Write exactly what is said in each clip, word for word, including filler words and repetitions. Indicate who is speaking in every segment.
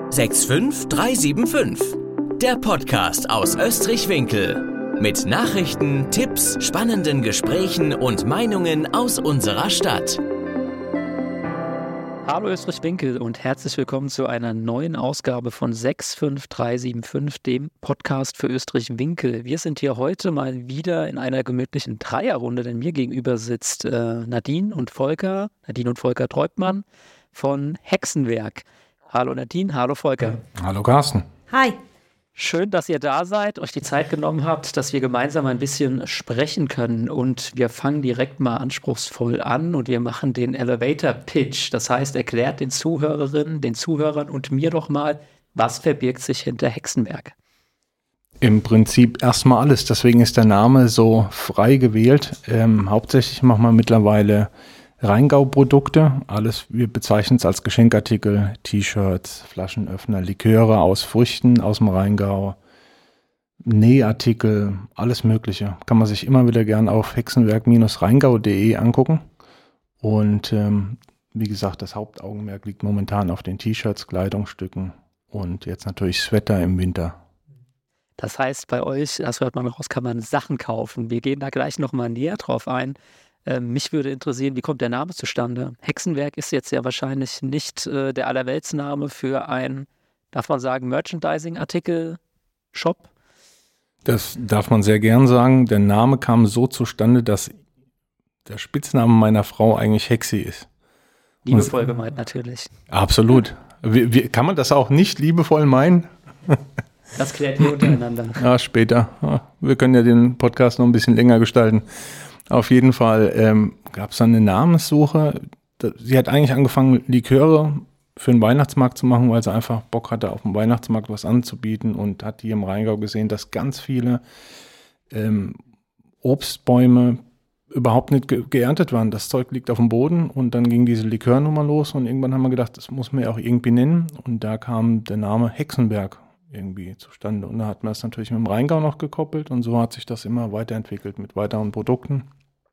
Speaker 1: sechs fünf drei sieben fünf, der Podcast aus Österreich-Winkel. Mit Nachrichten, Tipps, spannenden Gesprächen und Meinungen aus unserer Stadt.
Speaker 2: Hallo Österreich-Winkel und herzlich willkommen zu einer neuen Ausgabe von sechs fünf drei sieben fünf, dem Podcast für Österreich-Winkel. Wir sind hier heute mal wieder in einer gemütlichen Dreierrunde, denn mir gegenüber sitzt äh, Nadine und Volker, Nadine und Volker Treubmann von Hexenwerk. Hallo Nadine, hallo Volker.
Speaker 3: Hallo Carsten.
Speaker 4: Hi.
Speaker 2: Schön, dass ihr da seid, euch die Zeit genommen habt, dass wir gemeinsam ein bisschen sprechen können. Und wir fangen direkt mal anspruchsvoll an und wir machen den Elevator Pitch. Das heißt, erklärt den Zuhörerinnen, den Zuhörern und mir doch mal, was verbirgt sich hinter Hexenwerk?
Speaker 3: Im Prinzip erstmal alles, deswegen ist der Name so frei gewählt. Ähm, hauptsächlich machen wir mittlerweile Rheingau-Produkte, alles, wir bezeichnen es als Geschenkartikel, T-Shirts, Flaschenöffner, Liköre aus Früchten aus dem Rheingau, Nähartikel, alles Mögliche. Kann man sich immer wieder gern auf hexenwerk Rheingau punkt de angucken. Und ähm, wie gesagt, das Hauptaugenmerk liegt momentan auf den T-Shirts, Kleidungsstücken und jetzt natürlich Sweater im Winter.
Speaker 2: Das heißt, bei euch, das hört man raus, kann man Sachen kaufen. Wir gehen da gleich nochmal näher drauf ein. Ähm, mich würde interessieren, wie kommt der Name zustande? Hexenwerk ist jetzt ja wahrscheinlich nicht äh, der Allerweltsname für ein, darf man sagen, Merchandising-Artikel-Shop?
Speaker 3: Das darf man sehr gern sagen. Der Name kam so zustande, dass der Spitzname meiner Frau eigentlich Hexi ist.
Speaker 2: Liebevoll gemeint natürlich.
Speaker 3: Absolut. Wie, wie, kann man das auch nicht liebevoll meinen?
Speaker 2: Das klärt ihr untereinander.
Speaker 3: Ja, später. Ja, wir können ja den Podcast noch ein bisschen länger gestalten. Auf jeden Fall ähm, gab es dann eine Namenssuche. Sie hat eigentlich angefangen, Liköre für den Weihnachtsmarkt zu machen, weil sie einfach Bock hatte, auf dem Weihnachtsmarkt was anzubieten und hat hier im Rheingau gesehen, dass ganz viele ähm, Obstbäume überhaupt nicht ge- geerntet waren. Das Zeug liegt auf dem Boden und dann ging diese Likörnummer los und irgendwann haben wir gedacht, das muss man ja auch irgendwie nennen und da kam der Name Hexenwerk irgendwie zustande und da hat man es natürlich mit dem Rheingau noch gekoppelt und so hat sich das immer weiterentwickelt mit weiteren Produkten.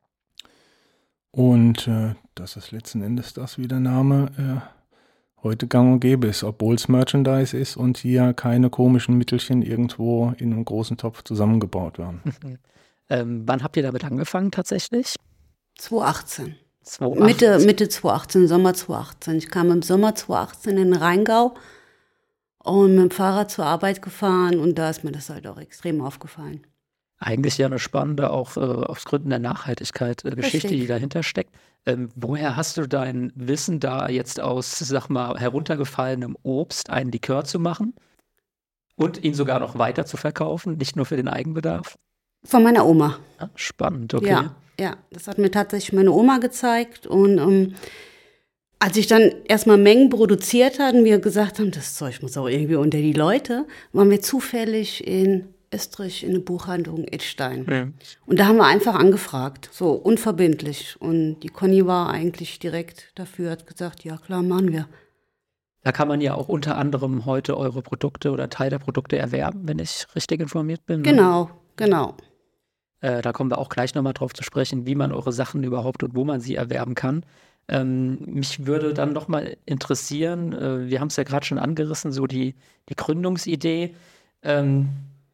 Speaker 3: Und äh, das ist letzten Endes das, wie der Name äh, heute gang und gäbe ist, obwohl es Merchandise ist und hier keine komischen Mittelchen irgendwo in einem großen Topf zusammengebaut werden.
Speaker 2: ähm, wann habt ihr damit angefangen tatsächlich?
Speaker 4: zwanzig achtzehn.
Speaker 2: zwanzig achtzehn.
Speaker 4: Mitte, Mitte zwanzig achtzehn, Sommer zwanzig achtzehn. Ich kam im Sommer zwanzig achtzehn in den Rheingau und mit dem Fahrrad zur Arbeit gefahren und da ist mir das halt auch extrem aufgefallen.
Speaker 2: Eigentlich ja eine spannende, auch äh, aus Gründen der Nachhaltigkeit, äh, Geschichte,
Speaker 4: Richtig.
Speaker 2: die dahinter steckt. Ähm, woher hast du dein Wissen da jetzt aus, sag mal, heruntergefallenem Obst einen Likör zu machen und ihn sogar noch weiter zu verkaufen, nicht nur für den Eigenbedarf?
Speaker 4: Von meiner Oma.
Speaker 2: Ja, spannend, okay.
Speaker 4: Ja, ja, das hat mir tatsächlich meine Oma gezeigt und ähm, als ich dann erstmal Mengen produziert hatte und wir gesagt haben, das Zeug muss auch irgendwie unter die Leute, waren wir zufällig in Österreich in eine Buchhandlung Edstein.
Speaker 2: Ja.
Speaker 4: Und da haben wir einfach angefragt, so unverbindlich. Und die Conny war eigentlich direkt dafür, hat gesagt, ja klar, machen wir.
Speaker 2: Da kann man ja auch unter anderem heute eure Produkte oder Teil der Produkte erwerben, wenn ich richtig informiert bin. Ne?
Speaker 4: Genau, genau.
Speaker 2: Äh, da kommen wir auch gleich nochmal drauf zu sprechen, wie man eure Sachen überhaupt und wo man sie erwerben kann. Ähm, mich würde dann nochmal interessieren, äh, wir haben es ja gerade schon angerissen, so die, die Gründungsidee. Ähm,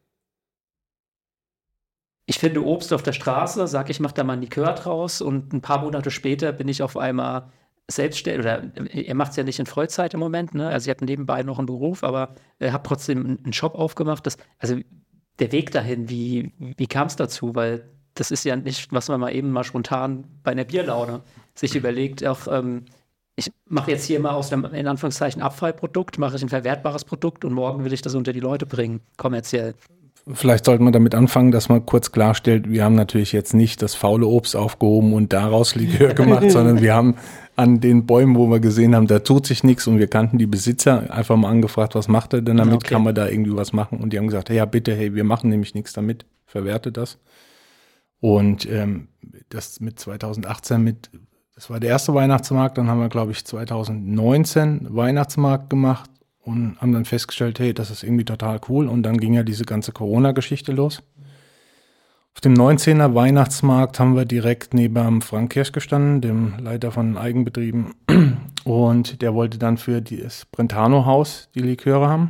Speaker 2: ich finde Obst auf der Straße, sage ich, mache da mal ein Likör draus und ein paar Monate später bin ich auf einmal selbstständig, oder äh, ihr macht es ja nicht in Vollzeit im Moment, ne? Also ihr habt nebenbei noch einen Beruf, aber ihr habt trotzdem einen Shop aufgemacht. Das, also der Weg dahin, wie, wie kam es dazu? Weil das ist ja nicht, was man mal eben mal spontan bei einer Bierlaune sich überlegt, auch ähm, ich mache jetzt hier mal aus dem, in Anführungszeichen, Abfallprodukt, mache ich ein verwertbares Produkt und morgen will ich das unter die Leute bringen, kommerziell.
Speaker 3: Vielleicht sollte man damit anfangen, dass man kurz klarstellt, wir haben natürlich jetzt nicht das faule Obst aufgehoben und daraus Likör gemacht, sondern wir haben an den Bäumen, wo wir gesehen haben, da tut sich nichts und wir kannten die Besitzer, einfach mal angefragt, was macht er denn damit,
Speaker 2: Okay.
Speaker 3: kann man da irgendwie was machen? Und die haben gesagt, hey, ja bitte, hey, wir machen nämlich nichts damit, verwerte das. Und ähm, das mit zwanzig achtzehn, mit, das war der erste Weihnachtsmarkt, dann haben wir, glaube ich, zwanzig neunzehn Weihnachtsmarkt gemacht und haben dann festgestellt, hey, das ist irgendwie total cool. Und dann ging ja diese ganze Corona-Geschichte los. Auf dem neunzehner Weihnachtsmarkt haben wir direkt neben Frank Kirsch gestanden, dem Leiter von Eigenbetrieben. Und der wollte dann für das Brentano-Haus die Liköre haben.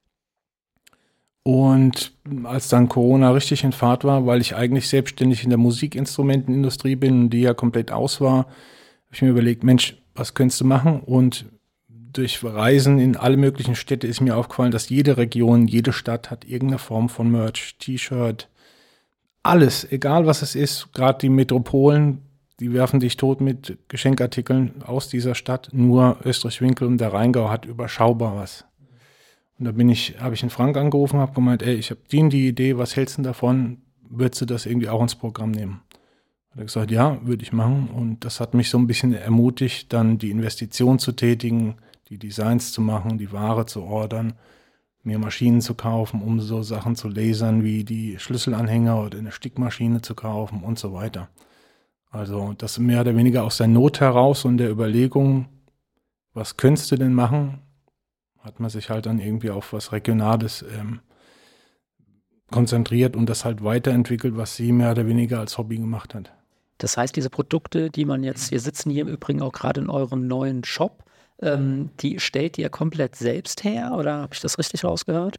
Speaker 3: Und als dann Corona richtig in Fahrt war, weil ich eigentlich selbstständig in der Musikinstrumentenindustrie bin, die ja komplett aus war, habe ich mir überlegt, Mensch, was könntest du machen? Und durch Reisen in alle möglichen Städte ist mir aufgefallen, dass jede Region, jede Stadt hat irgendeine Form von Merch, T-Shirt, alles, egal was es ist, gerade die Metropolen, die werfen dich tot mit Geschenkartikeln aus dieser Stadt. Nur Österreich-Winkel und der Rheingau hat überschaubar was. Und da bin ich, habe ich den Frank angerufen, habe gemeint, ey, ich habe die, die Idee, was hältst du davon? Würdest du das irgendwie auch ins Programm nehmen? Hat er gesagt, ja, würde ich machen. Und das hat mich so ein bisschen ermutigt, dann die Investition zu tätigen, die Designs zu machen, die Ware zu ordern, mir Maschinen zu kaufen, um so Sachen zu lasern, wie die Schlüsselanhänger oder eine Stickmaschine zu kaufen und so weiter. Also das mehr oder weniger aus der Not heraus und der Überlegung, was könntest du denn machen, hat man sich halt dann irgendwie auf was Regionales ähm, konzentriert und das halt weiterentwickelt, was sie mehr oder weniger als Hobby gemacht hat.
Speaker 2: Das heißt, diese Produkte, die man jetzt, wir sitzen hier im Übrigen auch gerade in eurem neuen Shop, ähm, die stellt ihr komplett selbst her oder habe ich das richtig rausgehört?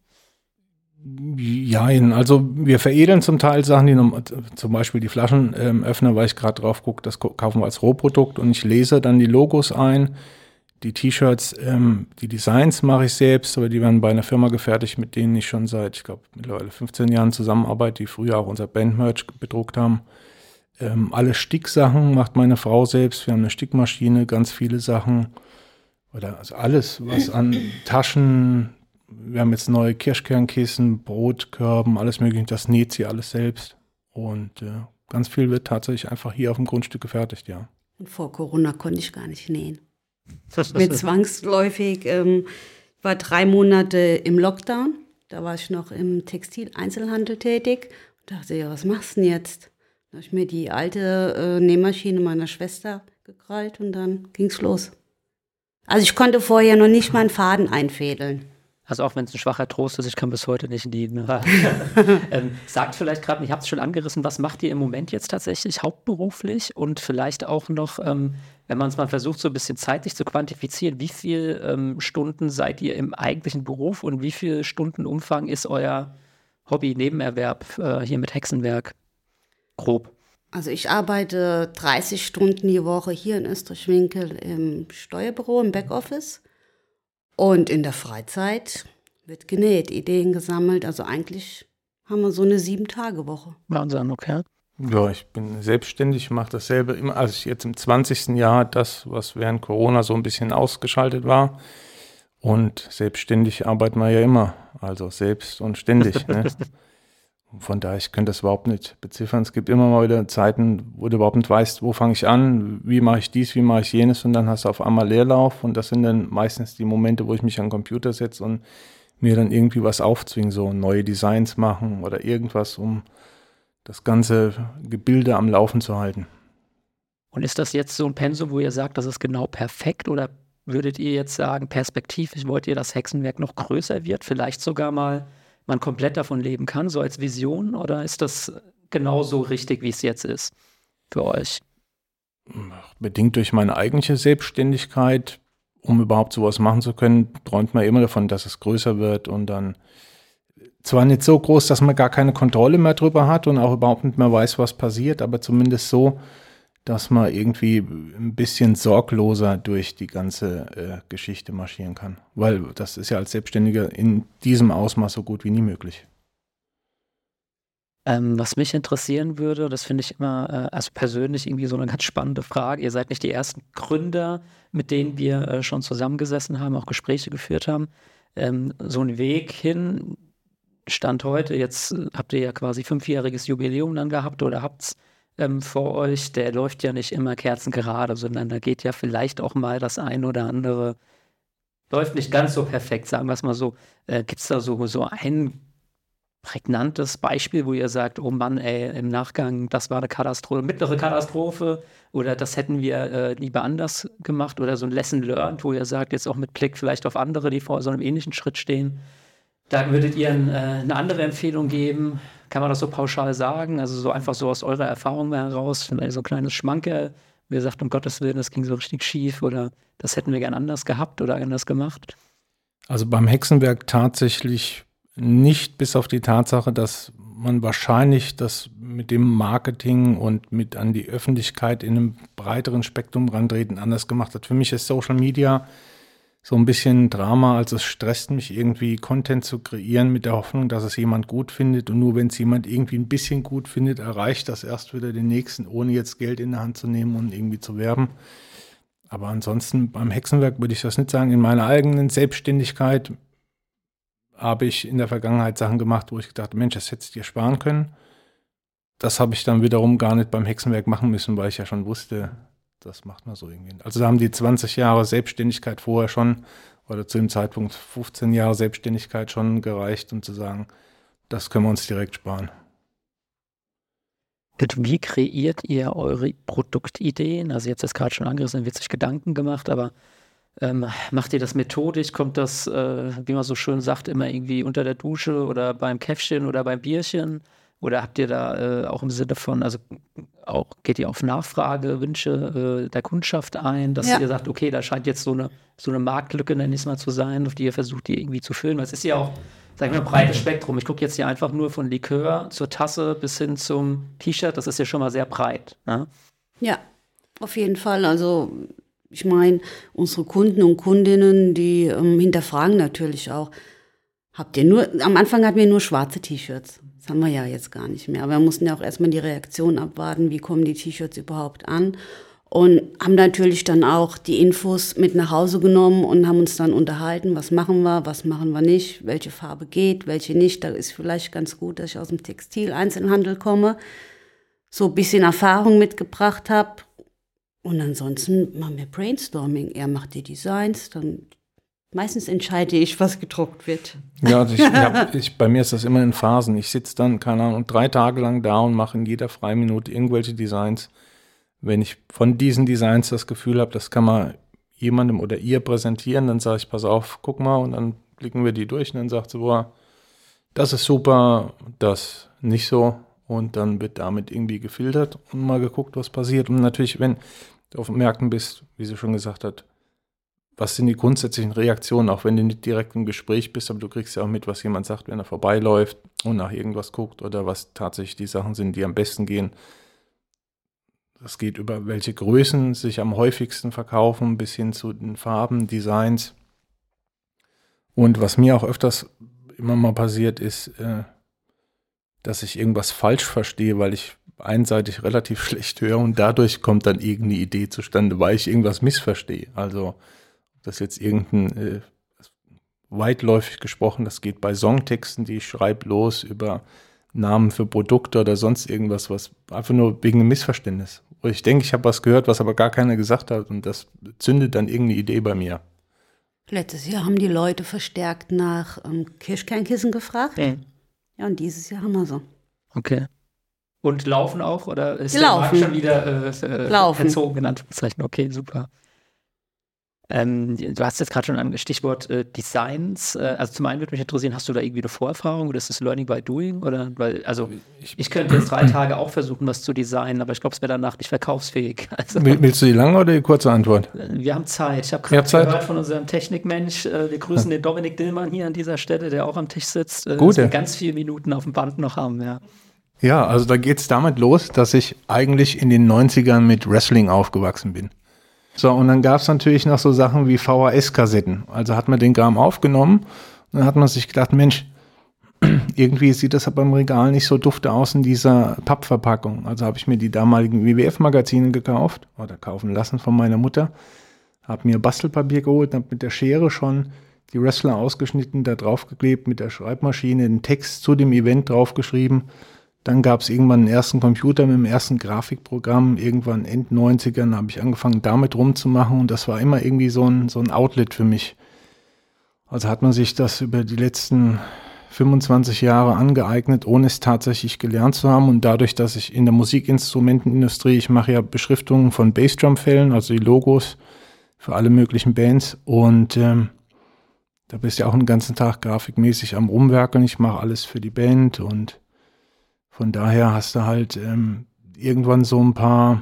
Speaker 3: Ja, also wir veredeln zum Teil Sachen, die noch, zum Beispiel die Flaschenöffner, weil ich gerade drauf gucke, das kaufen wir als Rohprodukt und ich lese dann die Logos ein. Die T-Shirts, ähm, die Designs mache ich selbst, aber die werden bei einer Firma gefertigt, mit denen ich schon seit, ich glaube, mittlerweile fünfzehn Jahren zusammenarbeite, die früher auch unser Bandmerch bedruckt haben. Ähm, alle Sticksachen macht meine Frau selbst. Wir haben eine Stickmaschine, ganz viele Sachen. Oder also alles, was an Taschen, wir haben jetzt neue Kirschkernkissen, Brotkörben, alles mögliche, das näht sie alles selbst. Und äh, ganz viel wird tatsächlich einfach hier auf dem Grundstück gefertigt, ja.
Speaker 4: Und vor Corona konnte ich gar nicht nähen. Mir zwangsläufig, ähm, war drei Monate im Lockdown, da war ich noch im Textileinzelhandel tätig und dachte, ja, was machst du denn jetzt? Da habe ich mir die alte äh, Nähmaschine meiner Schwester gekrallt und dann ging's los. Also ich konnte vorher noch nicht mal einen Faden einfädeln.
Speaker 2: Also auch wenn es ein schwacher Trost ist, ich kann bis heute nicht nähen. ähm, sagt vielleicht gerade, ich habe es schon angerissen, was macht ihr im Moment jetzt tatsächlich hauptberuflich und vielleicht auch noch, ähm, wenn man es mal versucht, so ein bisschen zeitlich zu quantifizieren, wie viele ähm, Stunden seid ihr im eigentlichen Beruf und wie viel Stundenumfang ist euer Hobby-Nebenerwerb äh, hier mit Hexenwerk? Grob.
Speaker 4: Also ich arbeite dreißig Stunden die Woche hier in Österreich-Winkel im Steuerbüro, im Backoffice. Und in der Freizeit wird genäht, Ideen gesammelt. Also eigentlich haben wir so eine Sieben-Tage-Woche.
Speaker 2: Wahnsinn, okay.
Speaker 3: Ja, ich bin selbstständig, mache dasselbe immer. Also ich jetzt im zwanzigsten Jahr das, was während Corona so ein bisschen ausgeschaltet war. Und selbstständig arbeiten wir ja immer. Also selbst und ständig. Ne? Von daher, ich könnte das überhaupt nicht beziffern. Es gibt immer mal wieder Zeiten, wo du überhaupt nicht weißt, wo fange ich an, wie mache ich dies, wie mache ich jenes und dann hast du auf einmal Leerlauf und das sind dann meistens die Momente, wo ich mich an den Computer setze und mir dann irgendwie was aufzwinge, so neue Designs machen oder irgendwas, um das ganze Gebilde am Laufen zu halten.
Speaker 2: Und ist das jetzt so ein Pensum, wo ihr sagt, das ist genau perfekt oder würdet ihr jetzt sagen, perspektivisch wollt ihr, dass Hexenwerk noch größer wird, vielleicht sogar mal man komplett davon leben kann, so als Vision? Oder ist das genauso richtig, wie es jetzt ist für euch?
Speaker 3: Bedingt durch meine eigentliche Selbstständigkeit, um überhaupt sowas machen zu können, träumt man immer davon, dass es größer wird und dann zwar nicht so groß, dass man gar keine Kontrolle mehr drüber hat und auch überhaupt nicht mehr weiß, was passiert, aber zumindest so, dass man irgendwie ein bisschen sorgloser durch die ganze äh, Geschichte marschieren kann. Weil das ist ja als Selbstständiger in diesem Ausmaß so gut wie nie möglich.
Speaker 2: Ähm, was mich interessieren würde, das finde ich immer, äh, also persönlich irgendwie so eine ganz spannende Frage. Ihr seid nicht die ersten Gründer, mit denen wir äh, schon zusammengesessen haben, auch Gespräche geführt haben. Ähm, so ein Weg hin, Stand heute, jetzt äh, habt ihr ja quasi fünfjähriges Jubiläum dann gehabt oder habt's Ähm, vor euch, der läuft ja nicht immer kerzengerade, sondern da geht ja vielleicht auch mal das ein oder andere, läuft nicht ganz so perfekt, sagen wir es mal so. Äh, Gibt es da so, so ein prägnantes Beispiel, wo ihr sagt, oh Mann, ey, im Nachgang, das war eine Katastrophe, mittlere Katastrophe oder das hätten wir äh, lieber anders gemacht oder so ein Lesson learned, wo ihr sagt, jetzt auch mit Blick vielleicht auf andere, die vor so einem ähnlichen Schritt stehen. Da würdet ihr ein, äh, eine andere Empfehlung geben? Kann man das so pauschal sagen? Also so einfach so aus eurer Erfahrung heraus, vielleicht so ein kleines Schmankerl, wie ihr sagt, um Gottes Willen, das ging so richtig schief oder das hätten wir gern anders gehabt oder anders gemacht?
Speaker 3: Also beim Hexenwerk tatsächlich nicht, bis auf die Tatsache, dass man wahrscheinlich das mit dem Marketing und mit an die Öffentlichkeit in einem breiteren Spektrum rantreten anders gemacht hat. Für mich ist Social Media so ein bisschen Drama, also es stresst mich irgendwie, Content zu kreieren mit der Hoffnung, dass es jemand gut findet und nur wenn es jemand irgendwie ein bisschen gut findet, erreicht das erst wieder den Nächsten, ohne jetzt Geld in der Hand zu nehmen und irgendwie zu werben. Aber ansonsten beim Hexenwerk würde ich das nicht sagen. In meiner eigenen Selbstständigkeit habe ich in der Vergangenheit Sachen gemacht, wo ich gedacht habe, Mensch, das hättest du dir sparen können. Das habe ich dann wiederum gar nicht beim Hexenwerk machen müssen, weil ich ja schon wusste, das macht man so irgendwie. Also da haben die zwanzig Jahre Selbstständigkeit vorher schon, oder zu dem Zeitpunkt fünfzehn Jahre Selbstständigkeit schon gereicht, um zu sagen, das können wir uns direkt sparen.
Speaker 2: Wie kreiert ihr eure Produktideen? Also jetzt ist gerade schon angerissen, wird sich Gedanken gemacht, aber ähm, macht ihr das methodisch? Kommt das, äh, wie man so schön sagt, immer irgendwie unter der Dusche oder beim Käffchen oder beim Bierchen? Oder habt ihr da äh, auch im Sinne von, also auch geht ihr auf Nachfrage, Wünsche äh, der Kundschaft ein, dass
Speaker 4: Ja.
Speaker 2: ihr sagt, okay, da scheint jetzt so eine, so eine Marktlücke, nenne ich es mal, zu sein, auf die ihr versucht, die irgendwie zu füllen? Weil es ist ja auch, sag ich mal, ein breites Spektrum. Ich gucke jetzt hier einfach nur von Likör zur Tasse bis hin zum T-Shirt, das ist ja schon mal sehr breit. Ne?
Speaker 4: Ja, auf jeden Fall. Also ich meine, unsere Kunden und Kundinnen, die ähm, hinterfragen natürlich auch, habt ihr nur, am Anfang hatten wir nur schwarze T-Shirts. Das haben wir ja jetzt gar nicht mehr. Aber wir mussten ja auch erstmal die Reaktion abwarten, wie kommen die T-Shirts überhaupt an. Und haben natürlich dann auch die Infos mit nach Hause genommen und haben uns dann unterhalten, was machen wir, was machen wir nicht, welche Farbe geht, welche nicht. Da ist vielleicht ganz gut, dass ich aus dem Textil-Einzelhandel komme, so ein bisschen Erfahrung mitgebracht habe. Und ansonsten machen wir Brainstorming. Er macht die Designs, dann meistens entscheide ich, was gedruckt wird.
Speaker 3: Ja, also ich, ja ich, bei mir ist das immer in Phasen. Ich sitze dann, keine Ahnung, drei Tage lang da und mache in jeder Freiminute irgendwelche Designs. Wenn ich von diesen Designs das Gefühl habe, das kann man jemandem oder ihr präsentieren, dann sage ich, pass auf, guck mal, und dann blicken wir die durch und dann sagt sie, boah, das ist super, das nicht so. Und dann wird damit irgendwie gefiltert und mal geguckt, was passiert. Und natürlich, wenn du auf Märkten bist, wie sie schon gesagt hat, was sind die grundsätzlichen Reaktionen, auch wenn du nicht direkt im Gespräch bist, aber du kriegst ja auch mit, was jemand sagt, wenn er vorbeiläuft und nach irgendwas guckt oder was tatsächlich die Sachen sind, die am besten gehen. Das geht über welche Größen sich am häufigsten verkaufen, bis hin zu den Farben, Designs. Und was mir auch öfters immer mal passiert ist, äh, dass ich irgendwas falsch verstehe, weil ich einseitig relativ schlecht höre und dadurch kommt dann irgendeine Idee zustande, weil ich irgendwas missverstehe. Also das jetzt irgendein, äh, weitläufig gesprochen, das geht bei Songtexten, die ich schreibe, los über Namen für Produkte oder sonst irgendwas, was einfach nur wegen einem Missverständnis. Wo ich denke, ich habe was gehört, was aber gar keiner gesagt hat und das zündet dann irgendeine Idee bei mir.
Speaker 4: Letztes Jahr haben die Leute verstärkt nach ähm, Kirschkernkissen gefragt.
Speaker 2: Okay.
Speaker 4: Ja, und dieses Jahr haben wir so.
Speaker 2: Okay. Und laufen auch? Oder ist
Speaker 4: Die
Speaker 2: der
Speaker 4: laufen.
Speaker 2: Markt schon wieder äh, äh,
Speaker 4: Laufen.
Speaker 2: verzogen, in Anführungszeichen? Okay, super. Ähm, du hast jetzt gerade schon ein Stichwort äh, Designs. Äh, also zum einen würde mich interessieren, hast du da irgendwie eine Vorerfahrung oder ist das Learning by Doing? Oder weil, also ich, ich könnte jetzt drei Tage auch versuchen, was zu designen, aber ich glaube, es wäre danach nicht verkaufsfähig. Also,
Speaker 3: Willst du die lange oder die kurze Antwort?
Speaker 2: wir haben Zeit. Ich habe
Speaker 3: Ihr habt
Speaker 2: gerade
Speaker 3: Zeit?
Speaker 2: gehört von unserem Technikmensch. Äh, wir grüßen den Dominik Dillmann hier an dieser Stelle, der auch am Tisch sitzt. Äh,
Speaker 3: Gut,
Speaker 2: dass wir
Speaker 3: ja.
Speaker 2: ganz viele Minuten auf dem Band noch haben, ja.
Speaker 3: Ja, also da geht's damit los, dass ich eigentlich in den neunzigern mit Wrestling aufgewachsen bin. So, und dann gab's natürlich noch so Sachen wie V H S-Kassetten. Also hat man den Kram aufgenommen und dann hat man sich gedacht, Mensch, irgendwie sieht das aber im Regal nicht so dufte aus in dieser Pappverpackung. Also habe ich mir die damaligen W W F-Magazine gekauft oder kaufen lassen von meiner Mutter, habe mir Bastelpapier geholt, habe mit der Schere schon die Wrestler ausgeschnitten, da draufgeklebt, mit der Schreibmaschine den Text zu dem Event draufgeschrieben. Dann gab es irgendwann einen ersten Computer mit dem ersten Grafikprogramm. Irgendwann End neunzigern habe ich angefangen, damit rumzumachen. Und das war immer irgendwie so ein, so ein Outlet für mich. Also hat man sich das über die letzten fünfundzwanzig Jahre angeeignet, ohne es tatsächlich gelernt zu haben. Und dadurch, dass ich in der Musikinstrumentenindustrie, ich mache ja Beschriftungen von Bassdrum-Fällen, also die Logos für alle möglichen Bands. Und ähm, da bist du ja auch den ganzen Tag grafikmäßig am Rumwerkeln. Ich mache alles für die Band und von daher hast du halt ähm, irgendwann so ein paar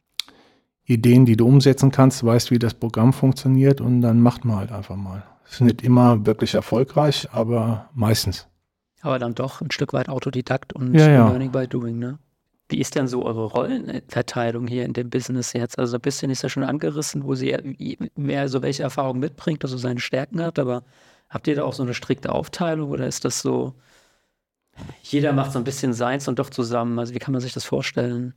Speaker 3: Ideen, die du umsetzen kannst, weißt, wie das Programm funktioniert und dann macht man halt einfach mal. Ist nicht immer wirklich erfolgreich, aber meistens.
Speaker 2: Aber dann doch ein Stück weit Autodidakt und
Speaker 3: Ja, ja.
Speaker 2: Learning by Doing, ne? Wie ist denn so eure Rollenverteilung hier in dem Business jetzt? Also ein bisschen ist ja schon angerissen, wo sie mehr so welche Erfahrungen mitbringt, also seine Stärken hat, aber habt ihr da auch so eine strikte Aufteilung oder ist das so, jeder macht so ein bisschen seins und doch zusammen? Also wie kann man sich das vorstellen?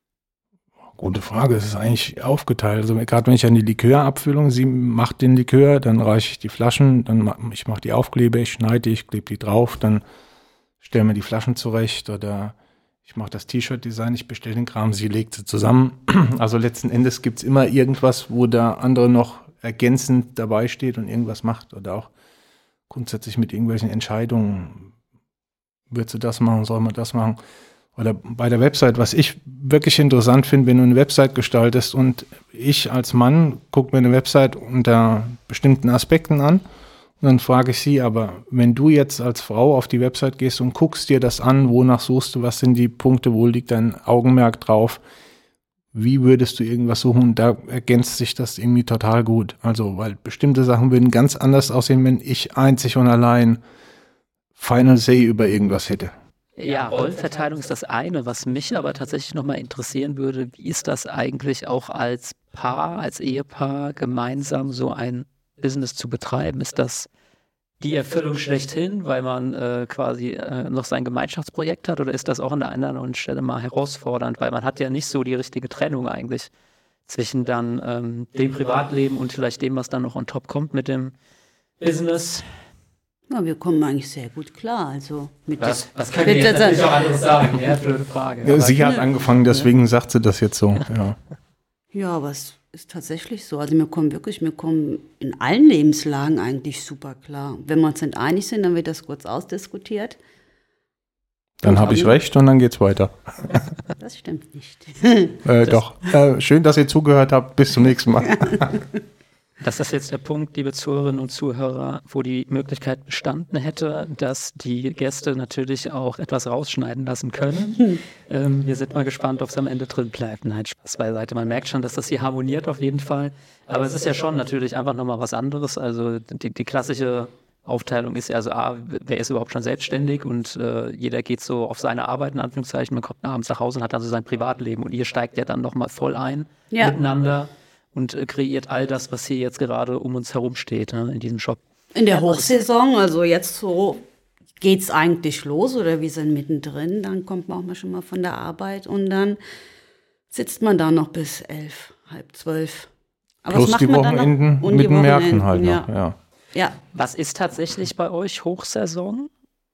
Speaker 3: Gute Frage, es ist eigentlich aufgeteilt. Also gerade wenn ich an die Likörabfüllung, sie macht den Likör, dann reiche ich die Flaschen, dann ma- ich mache die Aufklebe, ich schneide die, ich klebe die drauf, dann stelle mir die Flaschen zurecht oder ich mache das T-Shirt-Design, ich bestelle den Kram, sie legt sie zusammen. Also letzten Endes gibt es immer irgendwas, wo der andere noch ergänzend dabei steht und irgendwas macht oder auch grundsätzlich mit irgendwelchen Entscheidungen. Würdest du das machen, soll man das machen? Oder bei der Website, was ich wirklich interessant finde, wenn du eine Website gestaltest und ich als Mann gucke mir eine Website unter bestimmten Aspekten an und dann frage ich sie, aber wenn du jetzt als Frau auf die Website gehst und guckst dir das an, wonach suchst du, was sind die Punkte, wo liegt dein Augenmerk drauf, wie würdest du irgendwas suchen? Und da ergänzt sich das irgendwie total gut. Also, weil bestimmte Sachen würden ganz anders aussehen, wenn ich einzig und allein Final Say über irgendwas hätte.
Speaker 2: Ja, Rollenverteilung ist das eine. Was mich aber tatsächlich nochmal interessieren würde, wie ist das eigentlich auch als Paar, als Ehepaar gemeinsam so ein Business zu betreiben? Ist das die Erfüllung schlechthin, weil man äh, quasi äh, noch sein Gemeinschaftsprojekt hat, oder ist das auch an der einen oder anderen Stelle mal herausfordernd, weil man hat ja nicht so die richtige Trennung eigentlich zwischen dann ähm, dem Privatleben und vielleicht dem, was dann noch on top kommt mit dem Business?
Speaker 4: Ja, wir kommen eigentlich sehr gut klar. Also mit
Speaker 2: Was,
Speaker 4: der,
Speaker 2: was können wir
Speaker 4: mit
Speaker 2: jetzt
Speaker 4: der-
Speaker 2: natürlich auch anderes sagen? Ja, blöde Frage.
Speaker 3: Ja,
Speaker 2: Aber-
Speaker 3: sie hat angefangen, deswegen sagt sie das jetzt so. Ja.
Speaker 4: Ja, aber es ist tatsächlich so. Also wir kommen wirklich, wir kommen in allen Lebenslagen eigentlich super klar. Wenn wir uns nicht einig sind, dann wird das kurz ausdiskutiert.
Speaker 3: Dann habe ich recht und dann geht's weiter.
Speaker 4: Das stimmt nicht.
Speaker 3: Äh, doch. Äh, schön, dass ihr zugehört habt. Bis zum nächsten Mal.
Speaker 2: Das ist jetzt der Punkt, liebe Zuhörerinnen und Zuhörer, wo die Möglichkeit bestanden hätte, dass die Gäste natürlich auch etwas rausschneiden lassen können. ähm, wir sind mal gespannt, ob es am Ende drin bleibt. Nein, Spaß beiseite. Man merkt schon, dass das hier harmoniert auf jeden Fall. Aber es ist ja schon natürlich einfach nochmal was anderes. Also die, die klassische Aufteilung ist ja also, A, wer ist überhaupt schon selbstständig und äh, jeder geht so auf seine Arbeit, in Anführungszeichen, man kommt abends nach Hause und hat dann so sein Privatleben und ihr steigt ja dann nochmal voll ein
Speaker 4: Ja.
Speaker 2: miteinander und äh, kreiert all das, was hier jetzt gerade um uns herum steht, ne, in diesem Shop.
Speaker 4: In der Hochsaison, also jetzt so geht's eigentlich los oder wir sind mittendrin, dann kommt man auch mal schon mal von der Arbeit und dann sitzt man da noch bis elf, halb zwölf. Aber was
Speaker 3: Plus
Speaker 4: macht
Speaker 3: die
Speaker 4: man dann noch?
Speaker 3: Wochenenden
Speaker 4: Und
Speaker 3: mit
Speaker 4: die
Speaker 3: den Märkten
Speaker 4: Wochenenden,
Speaker 3: halt
Speaker 4: ja.
Speaker 3: noch. Ja.
Speaker 4: Ja,
Speaker 2: Was ist tatsächlich bei euch Hochsaison?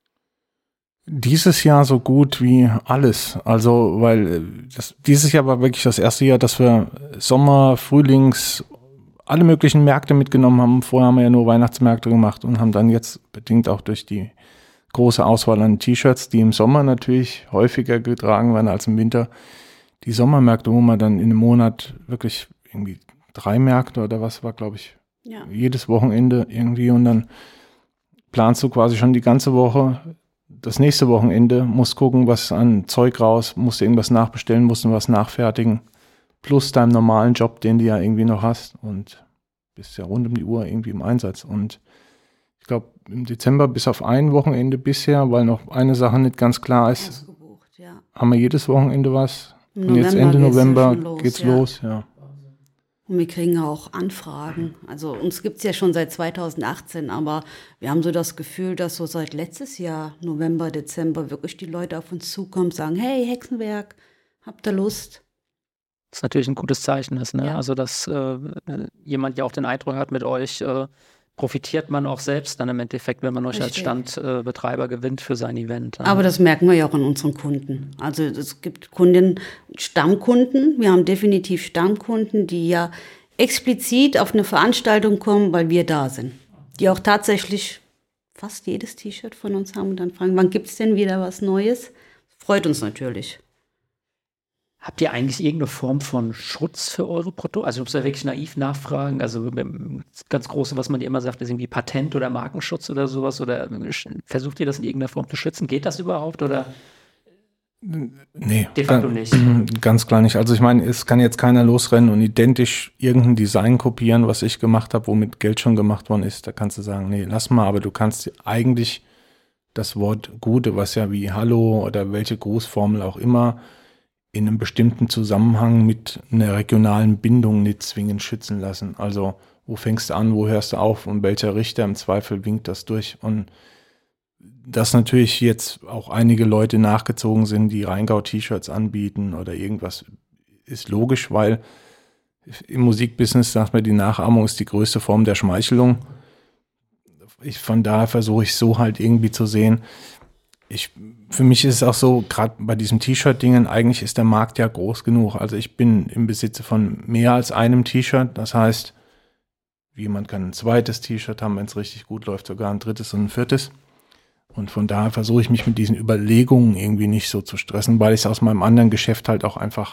Speaker 3: Dieses Jahr so gut wie alles. Also, weil äh, das, dieses Jahr war wirklich das erste Jahr, dass wir Sommer, Frühlings, alle möglichen Märkte mitgenommen haben. Vorher haben wir ja nur Weihnachtsmärkte gemacht und haben dann jetzt, bedingt auch durch die große Auswahl an T-Shirts, die im Sommer natürlich häufiger getragen werden als im Winter, die Sommermärkte, wo man dann in einem Monat wirklich irgendwie drei Märkte oder was war, glaube ich,
Speaker 4: ja.
Speaker 3: jedes Wochenende irgendwie und dann planst du quasi schon die ganze Woche. Das nächste Wochenende musst gucken, was an Zeug raus, musst du irgendwas nachbestellen, musst du was nachfertigen. Plus deinem normalen Job, den du ja irgendwie noch hast und bist ja rund um die Uhr irgendwie im Einsatz. Und ich glaube, im Dezember bis auf ein Wochenende bisher, weil noch eine Sache nicht ganz klar ist,
Speaker 4: Ausgebucht, ja.
Speaker 3: haben wir jedes Wochenende was.
Speaker 4: Im
Speaker 3: Und jetzt
Speaker 4: November
Speaker 3: Ende
Speaker 4: geht's ja
Speaker 3: November
Speaker 4: schon los,
Speaker 3: geht's
Speaker 4: ja.
Speaker 3: los. Ja.
Speaker 4: Und wir kriegen auch Anfragen. Also uns gibt es ja schon seit zweitausendachtzehn, aber wir haben so das Gefühl, dass so seit letztes Jahr, November, Dezember, wirklich die Leute auf uns zukommen, sagen, hey, Hexenwerk, habt ihr Lust?
Speaker 2: Das ist natürlich ein gutes Zeichen ist, ne?
Speaker 4: Ja.
Speaker 2: Also, dass äh, jemand ja auch den Eindruck hat, mit euch äh, profitiert man auch selbst dann im Endeffekt, wenn man euch
Speaker 4: Richtig.
Speaker 2: als Standbetreiber äh, Betreiber gewinnt für sein Event. Ne?
Speaker 4: Aber das merken wir ja auch an unseren Kunden. Also es gibt Kunden, Stammkunden. Wir haben definitiv Stammkunden, die ja explizit auf eine Veranstaltung kommen, weil wir da sind. Die auch tatsächlich fast jedes T-Shirt von uns haben und dann fragen, wann gibt es denn wieder was Neues? Freut uns natürlich.
Speaker 2: Habt ihr eigentlich irgendeine Form von Schutz für eure Produkte? Also ich muss da wirklich naiv nachfragen. Also das ganz Große, was man dir immer sagt, ist irgendwie Patent- oder Markenschutz oder sowas. Oder versucht ihr das in irgendeiner Form zu schützen? Geht das überhaupt? Oder
Speaker 3: nee,
Speaker 2: de facto
Speaker 3: ganz,
Speaker 2: nicht?
Speaker 3: Ganz klar nicht. Also ich meine, es kann jetzt keiner losrennen und identisch irgendein Design kopieren, was ich gemacht habe, womit Geld schon gemacht worden ist. Da kannst du sagen, nee, lass mal. Aber du kannst eigentlich das Wort Gute, was ja wie Hallo oder welche Grußformel auch immer in einem bestimmten Zusammenhang mit einer regionalen Bindung nicht zwingend schützen lassen. Also wo fängst du an, wo hörst du auf und welcher Richter im Zweifel winkt das durch. Und dass natürlich jetzt auch einige Leute nachgezogen sind, die Rheingau-T-Shirts anbieten oder irgendwas, ist logisch, weil im Musikbusiness, sagt man, die Nachahmung ist die größte Form der Schmeichelung. Ich, von daher versuche ich so halt irgendwie zu sehen. Ich, für mich ist es auch so, gerade bei diesem T-Shirt-Dingen, eigentlich ist der Markt ja groß genug. Also ich bin im Besitz von mehr als einem T-Shirt. Das heißt, jemand kann ein zweites T-Shirt haben, wenn es richtig gut läuft, sogar ein drittes und ein viertes. Und von daher versuche ich mich mit diesen Überlegungen irgendwie nicht so zu stressen, weil ich es aus meinem anderen Geschäft halt auch einfach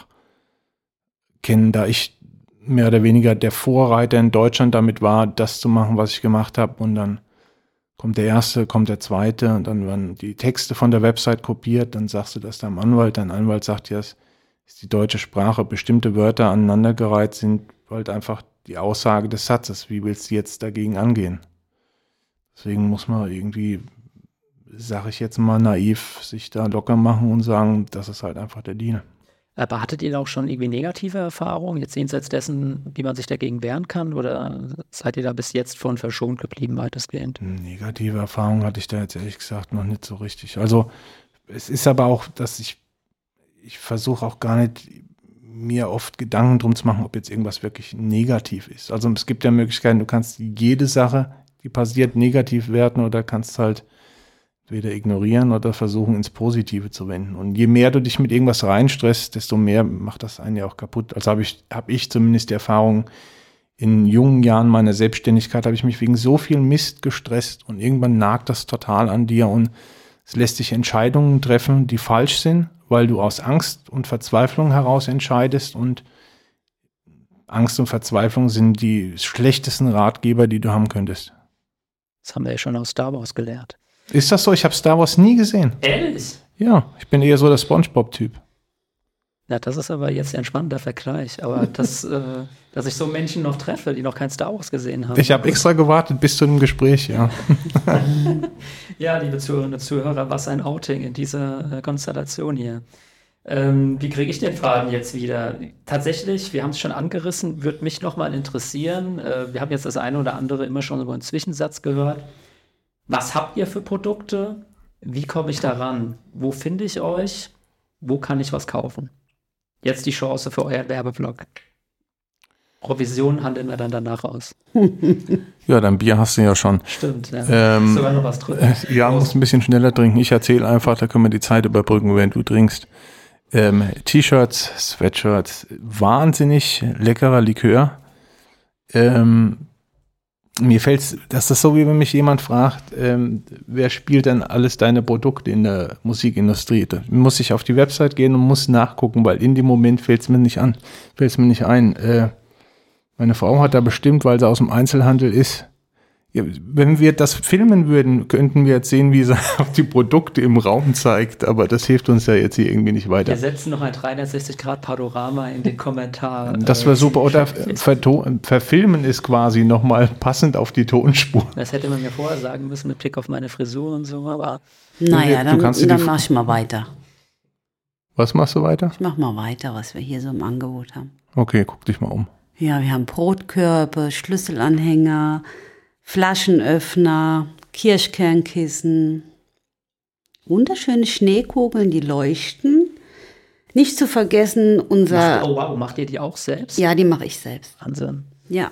Speaker 3: kenne, da ich mehr oder weniger der Vorreiter in Deutschland damit war, das zu machen, was ich gemacht habe. Und dann kommt der erste, kommt der zweite und dann werden die Texte von der Website kopiert, dann sagst du das deinem Anwalt, dein Anwalt sagt dir, es ist die deutsche Sprache, bestimmte Wörter aneinandergereiht sind, halt einfach die Aussage des Satzes, wie willst du jetzt dagegen angehen? Deswegen muss man irgendwie, sage ich jetzt mal naiv, sich da locker machen und sagen, das ist halt einfach der Deal.
Speaker 2: Aber hattet ihr auch schon irgendwie negative Erfahrungen, jetzt jenseits dessen, wie man sich dagegen wehren kann? Oder seid ihr da bis jetzt von verschont geblieben, weitestgehend?
Speaker 3: Negative Erfahrungen hatte ich da jetzt ehrlich gesagt noch nicht so richtig. Also es ist aber auch, dass ich, ich versuche auch gar nicht, mir oft Gedanken drum zu machen, ob jetzt irgendwas wirklich negativ ist. Also es gibt ja Möglichkeiten, du kannst jede Sache, die passiert, negativ werten oder kannst halt entweder ignorieren oder versuchen, ins Positive zu wenden. Und je mehr du dich mit irgendwas reinstresst, desto mehr macht das einen ja auch kaputt. Also habe ich, habe ich zumindest die Erfahrung, in jungen Jahren meiner Selbstständigkeit habe ich mich wegen so viel Mist gestresst und irgendwann nagt das total an dir und es lässt dich Entscheidungen treffen, die falsch sind, weil du aus Angst und Verzweiflung heraus entscheidest und Angst und Verzweiflung sind die schlechtesten Ratgeber, die du haben könntest.
Speaker 2: Das haben wir ja schon aus Star Wars gelernt.
Speaker 3: Ist das so? Ich habe Star Wars nie gesehen.
Speaker 2: Ehrlich?
Speaker 3: Ja, ich bin eher so der SpongeBob-Typ.
Speaker 2: Na, das ist aber jetzt ein spannender Vergleich. Aber das, äh, dass ich so Menschen noch treffe, die noch kein Star Wars gesehen haben.
Speaker 3: Ich habe extra gewartet bis zu dem Gespräch, ja.
Speaker 2: Ja, liebe Zuhörerinnen und Zuhörer, was ein Outing in dieser äh, Konstellation hier. Ähm, wie kriege ich den Faden jetzt wieder? Tatsächlich, wir haben es schon angerissen, würde mich nochmal interessieren. Äh, wir haben jetzt das eine oder andere immer schon so einen Zwischensatz gehört. Was habt ihr für Produkte? Wie komme ich daran? Wo finde ich euch? Wo kann ich was kaufen? Jetzt die Chance für euren Werbeblock. Provision handeln wir dann danach aus.
Speaker 3: Ja, dein Bier hast du ja schon.
Speaker 2: Stimmt, ja.
Speaker 3: Ähm,
Speaker 2: Sogar noch was drüber.
Speaker 3: Äh, ja, musst ein bisschen schneller trinken. Ich erzähle einfach, da können wir die Zeit überbrücken, während du trinkst. Ähm, T-Shirts, Sweatshirts, wahnsinnig leckerer Likör. Ähm, Mir fällt's, das ist so, wie wenn mich jemand fragt, ähm, wer spielt denn alles deine Produkte in der Musikindustrie? Da muss ich auf die Website gehen und muss nachgucken, weil in dem Moment fällt's mir nicht an, fällt's mir nicht ein. Äh, meine Frau hat da bestimmt, weil sie aus dem Einzelhandel ist. Ja, wenn wir das filmen würden, könnten wir jetzt sehen, wie sie auf die Produkte im Raum zeigt, aber das hilft uns ja jetzt hier irgendwie nicht weiter.
Speaker 2: Wir setzen noch ein dreihundertsechzig Grad Panorama in den Kommentar.
Speaker 3: Das wäre super. Oder verto- verfilmen ist quasi nochmal passend auf die Tonspur.
Speaker 2: Das hätte man mir vorher sagen müssen mit Blick auf meine Frisur und so, aber
Speaker 4: Naja,
Speaker 3: Du
Speaker 4: dann,
Speaker 3: kannst dir
Speaker 4: dann
Speaker 3: die-
Speaker 4: mach ich mal weiter.
Speaker 3: Was machst du weiter?
Speaker 4: Ich mach mal weiter, was wir hier so im Angebot haben.
Speaker 3: Okay, guck dich mal um.
Speaker 4: Ja, wir haben Brotkörbe, Schlüsselanhänger, Flaschenöffner, Kirschkernkissen, wunderschöne Schneekugeln, die leuchten. Nicht zu vergessen unser...
Speaker 2: oh wow, macht ihr die auch selbst?
Speaker 4: Ja, die mache ich selbst.
Speaker 2: Wahnsinn.
Speaker 4: Ja.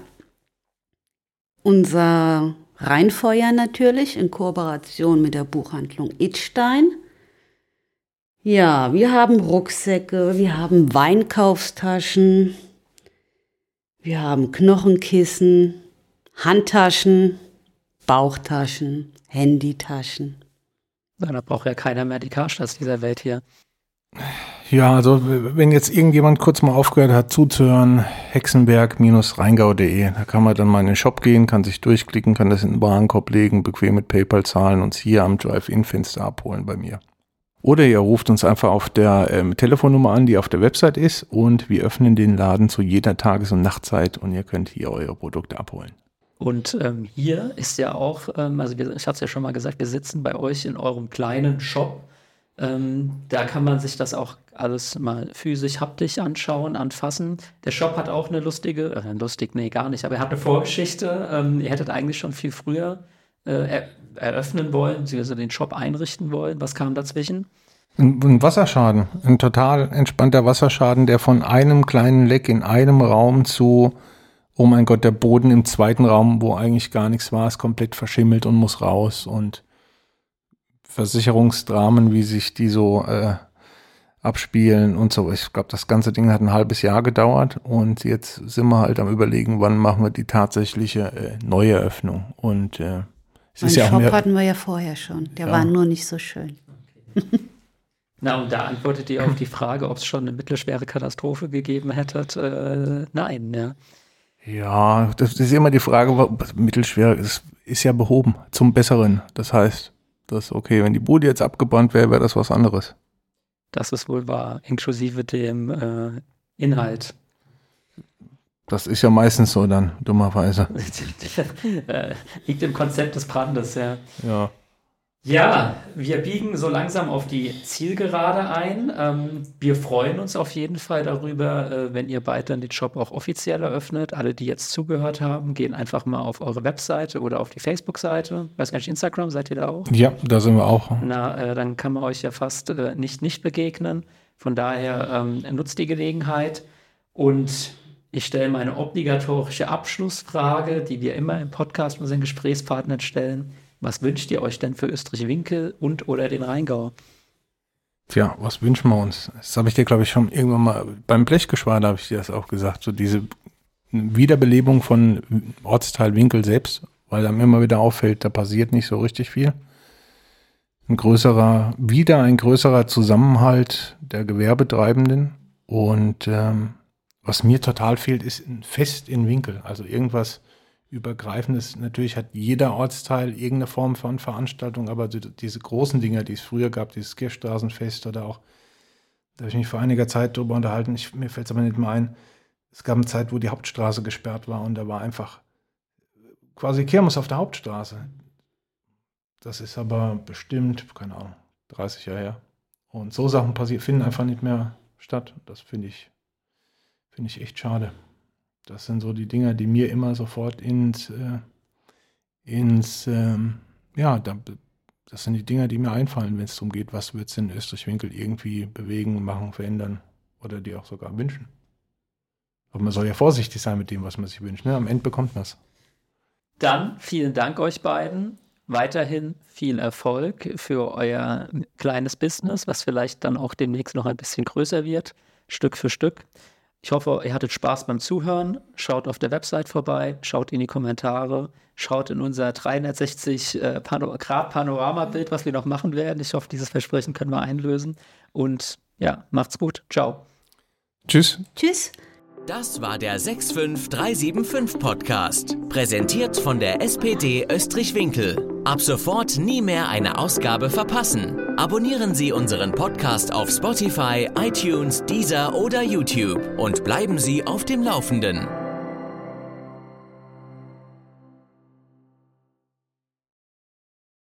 Speaker 4: Unser Rheinfeuer natürlich in Kooperation mit der Buchhandlung Idstein. Ja, wir haben Rucksäcke, wir haben Weinkaufstaschen, wir haben Knochenkissen, Handtaschen, Bauchtaschen, Handytaschen.
Speaker 2: Da braucht ja keiner mehr die Karstars dieser Welt hier.
Speaker 3: Ja, also wenn jetzt irgendjemand kurz mal aufgehört hat zuzuhören, hexenberg Bindestrich rheingau Punkt de, da kann man dann mal in den Shop gehen, kann sich durchklicken, kann das in den Warenkorb legen, bequem mit PayPal zahlen und es hier am Drive-In-Fenster abholen bei mir. Oder ihr ruft uns einfach auf der ähm, Telefonnummer an, die auf der Website ist, und wir öffnen den Laden zu jeder Tages- und Nachtzeit und ihr könnt hier eure Produkte abholen.
Speaker 2: Und ähm, hier ist ja auch, ähm, also wir, ich hatte es ja schon mal gesagt, wir sitzen bei euch in eurem kleinen Shop. Ähm, da kann man sich das auch alles mal physisch, haptisch anschauen, anfassen. Der Shop hat auch eine lustige, äh, lustig, nee, gar nicht, aber er hat eine Vorgeschichte. Ähm, ihr hättet eigentlich schon viel früher äh, er, eröffnen wollen, also den Shop einrichten wollen. Was kam dazwischen?
Speaker 3: Ein, ein Wasserschaden, ein total entspannter Wasserschaden, der von einem kleinen Leck in einem Raum zu, oh mein Gott, der Boden im zweiten Raum, wo eigentlich gar nichts war, ist komplett verschimmelt und muss raus, und Versicherungsdramen, wie sich die so äh, abspielen und so. Ich glaube, das ganze Ding hat ein halbes Jahr gedauert und jetzt sind wir halt am Überlegen, wann machen wir die tatsächliche äh, Neueröffnung. Und äh, es
Speaker 4: Den
Speaker 3: ist ja auch
Speaker 4: Shop
Speaker 3: mehr,
Speaker 4: hatten wir ja vorher schon. Der
Speaker 3: Ja.
Speaker 4: war nur nicht so schön.
Speaker 2: Na, und da antwortet ihr auf die Frage, ob es schon eine mittelschwere Katastrophe gegeben hättet. Äh, nein, ja.
Speaker 3: ja, das ist immer die Frage, was mittelschwer ist, ist ja behoben zum Besseren. Das heißt, das ist okay, wenn die Bude jetzt abgebrannt wäre, wäre das was anderes.
Speaker 2: Das ist wohl wahr, inklusive dem äh, Inhalt.
Speaker 3: Das ist ja meistens so dann, dummerweise.
Speaker 2: äh, liegt im Konzept des Brandes, ja.
Speaker 3: Ja.
Speaker 2: Ja, wir biegen so langsam auf die Zielgerade ein. Ähm, wir freuen uns auf jeden Fall darüber, äh, wenn ihr bald dann den Shop auch offiziell eröffnet. Alle, die jetzt zugehört haben, gehen einfach mal auf eure Webseite oder auf die Facebook-Seite. Weiß gar nicht, Instagram, seid ihr da auch?
Speaker 3: Ja, da sind wir auch.
Speaker 2: Na, äh, dann kann man euch ja fast äh, nicht nicht begegnen. Von daher ähm, nutzt die Gelegenheit. Und ich stelle meine obligatorische Abschlussfrage, die wir immer im Podcast unseren Gesprächspartnern stellen. Was wünscht ihr euch denn für Österreich-Winkel und oder den Rheingau?
Speaker 3: Tja, was wünschen wir uns? Das habe ich dir, glaube ich, schon irgendwann mal beim Blechgeschwader habe ich dir das auch gesagt. So diese Wiederbelebung von Ortsteil Winkel selbst, weil einem immer wieder auffällt, da passiert nicht so richtig viel. Ein größerer, wieder ein größerer Zusammenhalt der Gewerbetreibenden. Und ähm, was mir total fehlt, ist ein Fest in Winkel. Also irgendwas Übergreifendes. Natürlich hat jeder Ortsteil irgendeine Form von Veranstaltung, aber die, diese großen Dinger, die es früher gab, dieses Kirchstraßenfest oder auch, da habe ich mich vor einiger Zeit drüber unterhalten, ich, mir fällt es aber nicht mehr ein, es gab eine Zeit, wo die Hauptstraße gesperrt war und da war einfach quasi Kirmes auf der Hauptstraße. Das ist aber bestimmt, keine Ahnung, dreißig Jahre her. Und so Sachen passieren, finden einfach nicht mehr statt. Das finde ich, finde ich echt schade. Das sind so die Dinger, die mir immer sofort ins, äh, ins ähm, ja, da, das sind die Dinger, die mir einfallen, wenn es darum geht, was wird es in Österreich-Winkel irgendwie bewegen, machen, verändern oder die auch sogar wünschen. Aber man soll ja vorsichtig sein mit dem, was man sich wünscht. Ne? Am Ende bekommt man es.
Speaker 2: Dann vielen Dank euch beiden. Weiterhin viel Erfolg für euer kleines Business, was vielleicht dann auch demnächst noch ein bisschen größer wird, Stück für Stück. Ich hoffe, ihr hattet Spaß beim Zuhören. Schaut auf der Website vorbei, schaut in die Kommentare, schaut in unser dreihundertsechzig äh, Pano- Grad Panoramabild, was wir noch machen werden. Ich hoffe, dieses Versprechen können wir einlösen. Und ja, macht's gut. Ciao.
Speaker 3: Tschüss.
Speaker 4: Tschüss.
Speaker 1: Das war der sechs fünf drei sieben fünf Podcast, präsentiert von der S P D Österreich-Winkel. Ab sofort nie mehr eine Ausgabe verpassen. Abonnieren Sie unseren Podcast auf Spotify, iTunes, Deezer oder YouTube und bleiben Sie auf dem Laufenden.